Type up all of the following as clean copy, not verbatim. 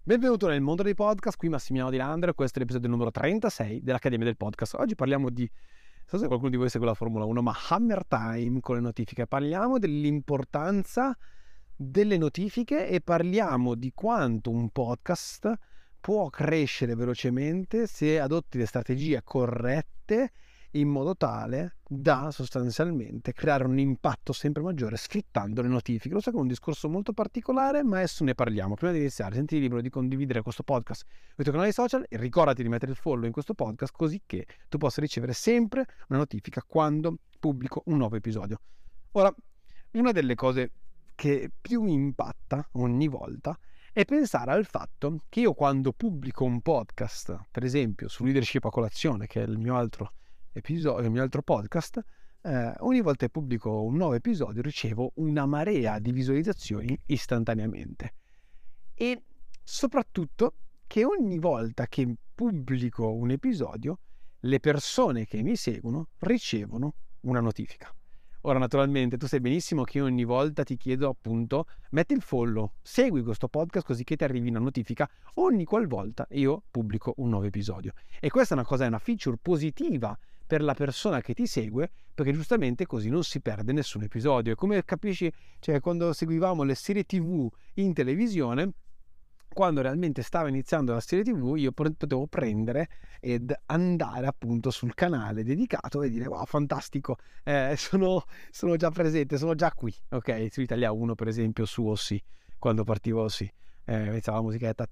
Benvenuto nel mondo dei podcast, qui Massimiliano Di Landro e questo è l'episodio numero 36 dell'Accademia del Podcast. Oggi parliamo di, non so se qualcuno di voi segue la Formula 1, ma Hammer Time con le notifiche. Parliamo dell'importanza delle notifiche e parliamo di quanto un podcast può crescere velocemente se adotti le strategie corrette in modo tale da sostanzialmente creare un impatto sempre maggiore sfruttando le notifiche. Lo so che è un discorso molto particolare, ma adesso ne parliamo. Prima di iniziare, senti libero di condividere questo podcast sui tuoi canali social e ricordati di mettere il follow in questo podcast così che tu possa ricevere sempre una notifica quando pubblico un nuovo episodio. Ora, una delle cose che più mi impatta ogni volta è pensare al fatto che io quando pubblico un podcast, per esempio su Leadership a Colazione, che è il mio altro episodio, il mio altro podcast, ogni volta che pubblico un nuovo episodio ricevo una marea di visualizzazioni istantaneamente e soprattutto che ogni volta che pubblico un episodio le persone che mi seguono ricevono una notifica. Ora naturalmente tu sai benissimo che ogni volta ti chiedo appunto metti il follow, segui questo podcast così che ti arrivi una notifica ogni qualvolta io pubblico un nuovo episodio. E questa è una cosa, è una feature positiva per la persona che ti segue, perché giustamente così non si perde nessun episodio. E come capisci, cioè quando seguivamo le serie TV in televisione, quando realmente stava iniziando la serie TV, io potevo prendere ed andare appunto sul canale dedicato e dire wow, fantastico, sono già presente, sono già qui, ok? Su Italia 1 per esempio, su OC, quando partivo OC. Iniziava la musichetta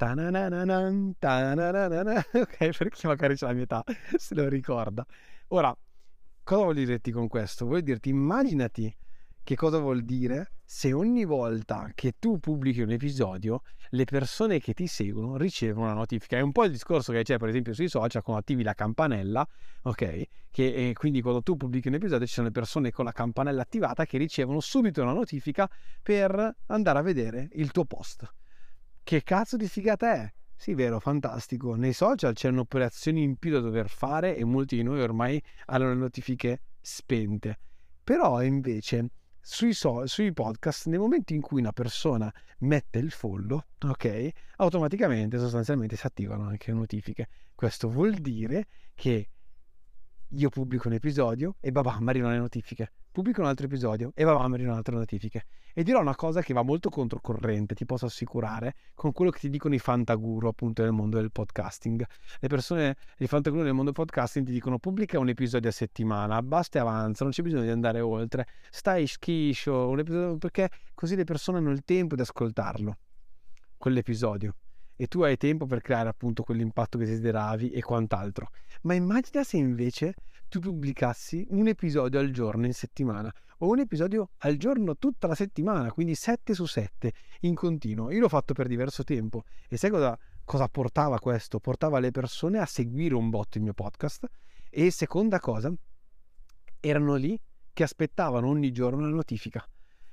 ok, per chi magari c'è la mia età se lo ricorda. Ora, cosa vuol dirti con questo? Vuol dirti, immaginati che cosa vuol dire se ogni volta che tu pubblichi un episodio le persone che ti seguono ricevono una notifica. È un po' il discorso che c'è per esempio sui social quando attivi la campanella, ok? Che quindi quando tu pubblichi un episodio ci sono le persone con la campanella attivata che ricevono subito una notifica per andare a vedere il tuo post. Che cazzo di figata è? Sì, vero, fantastico. Nei social c'erano operazioni in più da dover fare e molti di noi ormai hanno le notifiche spente. Però invece sui podcast, nel momento in cui una persona mette il follow, ok, automaticamente sostanzialmente si attivano anche le notifiche. Questo vuol dire che io pubblico un episodio e babam, arrivano le notifiche. Pubblico un altro episodio e babam, arrivano altre notifiche. E dirò una cosa che va molto controcorrente, ti posso assicurare, con quello che ti dicono i fantaguru appunto nel mondo del podcasting. Le persone, i fantaguru nel mondo del podcasting ti dicono pubblica un episodio a settimana, basta e avanza, non c'è bisogno di andare oltre, stai schiscio, un episodio, perché così le persone hanno il tempo di ascoltarlo, quell'episodio. E tu hai tempo per creare appunto quell'impatto che desideravi e quant'altro. Ma immagina se invece tu pubblicassi un episodio al giorno in settimana o un episodio al giorno tutta la settimana, quindi 7 su 7 in continuo. Io l'ho fatto per diverso tempo e sai cosa portava questo? Portava le persone a seguire un botto il mio podcast e seconda cosa, erano lì che aspettavano ogni giorno la notifica.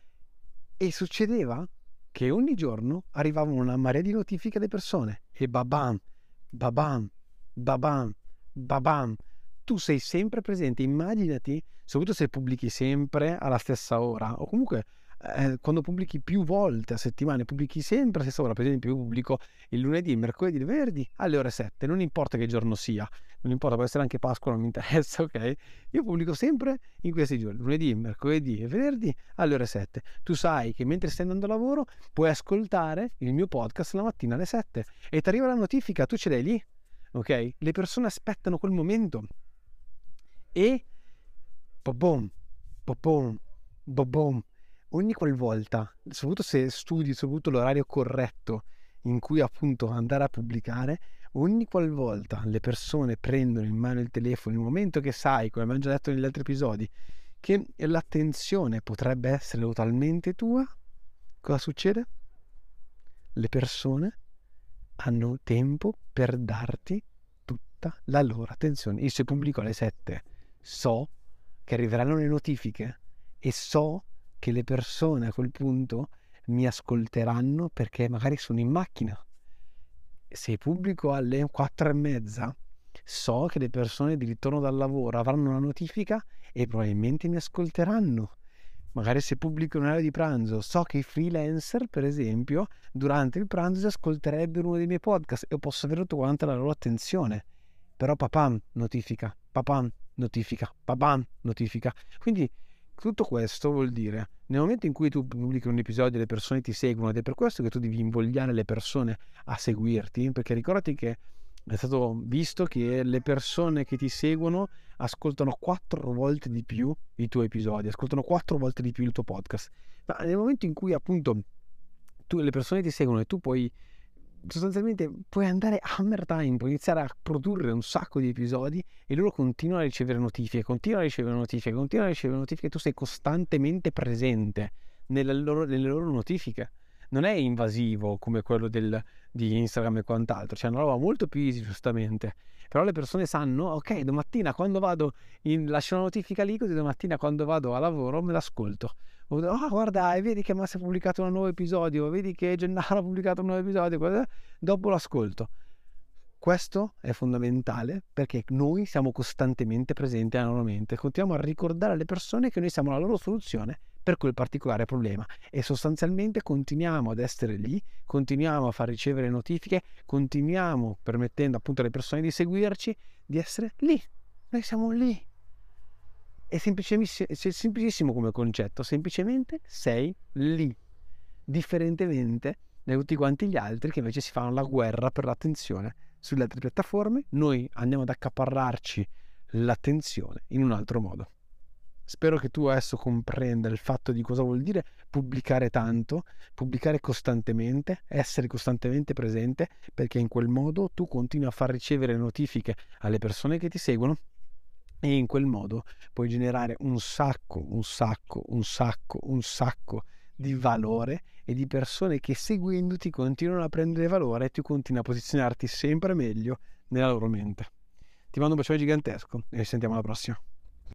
E succedeva che ogni giorno arrivavano una marea di notifiche alle persone e babam, babam, babam, babam. Tu sei sempre presente, immaginati, soprattutto se pubblichi sempre alla stessa ora o comunque quando pubblichi più volte a settimana, pubblichi sempre alla stessa ora. Per esempio io pubblico il lunedì, il mercoledì, il venerdì alle ore 7, non importa che giorno sia, non importa, può essere anche Pasqua, non mi interessa, ok? Io pubblico sempre in questi giorni, lunedì, mercoledì e venerdì alle ore 7. Tu sai che mentre stai andando a lavoro puoi ascoltare il mio podcast la mattina alle 7 e ti arriva la notifica, tu ce l'hai lì, ok? Le persone aspettano quel momento e boom, boom, boom. Ogni qualvolta, soprattutto se studi soprattutto l'orario corretto in cui appunto andare a pubblicare, ogni qualvolta le persone prendono in mano il telefono, il momento che sai, come abbiamo già detto negli altri episodi, che l'attenzione potrebbe essere totalmente tua, cosa succede? Le persone hanno tempo per darti tutta la loro attenzione. Io se pubblico alle 7 so che arriveranno le notifiche e so che le persone a quel punto mi ascolteranno perché magari sono in macchina. Se pubblico alle 4:30 so che le persone di ritorno dal lavoro avranno una notifica e probabilmente mi ascolteranno magari se pubblico in orario di pranzo, so che i freelancer, per esempio, durante il pranzo si ascolterebbero uno dei miei podcast e posso avere tutta quanta la loro attenzione. Però papam, notifica, papam, notifica, papam, notifica. Quindi tutto questo vuol dire, nel momento in cui tu pubblichi un episodio e le persone ti seguono, ed è per questo che tu devi invogliare le persone a seguirti, perché ricordati che è stato visto che le persone che ti seguono ascoltano 4 volte di più i tuoi episodi, ascoltano 4 volte di più il tuo podcast. Ma nel momento in cui appunto le persone ti seguono e tu puoi sostanzialmente puoi andare a hammer time, puoi iniziare a produrre un sacco di episodi e loro continuano a ricevere notifiche, continuano a ricevere notifiche, continuano a ricevere notifiche, tu sei costantemente presente nelle loro notifiche. Non è invasivo come quello di Instagram e quant'altro, c'è una roba molto più easy giustamente. Però le persone sanno, ok, domattina quando vado lascio una notifica lì, così domattina quando vado a lavoro me l'ascolto. Guarda, e vedi che Massi ha pubblicato un nuovo episodio, vedi che Gennaro ha pubblicato un nuovo episodio, dopo l'ascolto. Questo è fondamentale perché noi siamo costantemente presenti nella loro mente, continuiamo a ricordare alle persone che noi siamo la loro soluzione per quel particolare problema e sostanzialmente continuiamo ad essere lì, continuiamo a far ricevere notifiche, continuiamo permettendo appunto alle persone di seguirci, di essere lì. Noi siamo lì. È semplicissimo come concetto, semplicemente sei lì, differentemente da tutti quanti gli altri che invece si fanno la guerra per l'attenzione sulle altre piattaforme. Noi andiamo ad accaparrarci l'attenzione in un altro modo. Spero che tu adesso comprenda il fatto di cosa vuol dire pubblicare tanto, pubblicare costantemente, essere costantemente presente, perché in quel modo tu continui a far ricevere notifiche alle persone che ti seguono e in quel modo puoi generare un sacco di valore e di persone che seguendoti continuano a prendere valore e tu continui a posizionarti sempre meglio nella loro mente. Ti mando un bacione gigantesco e ci sentiamo alla prossima.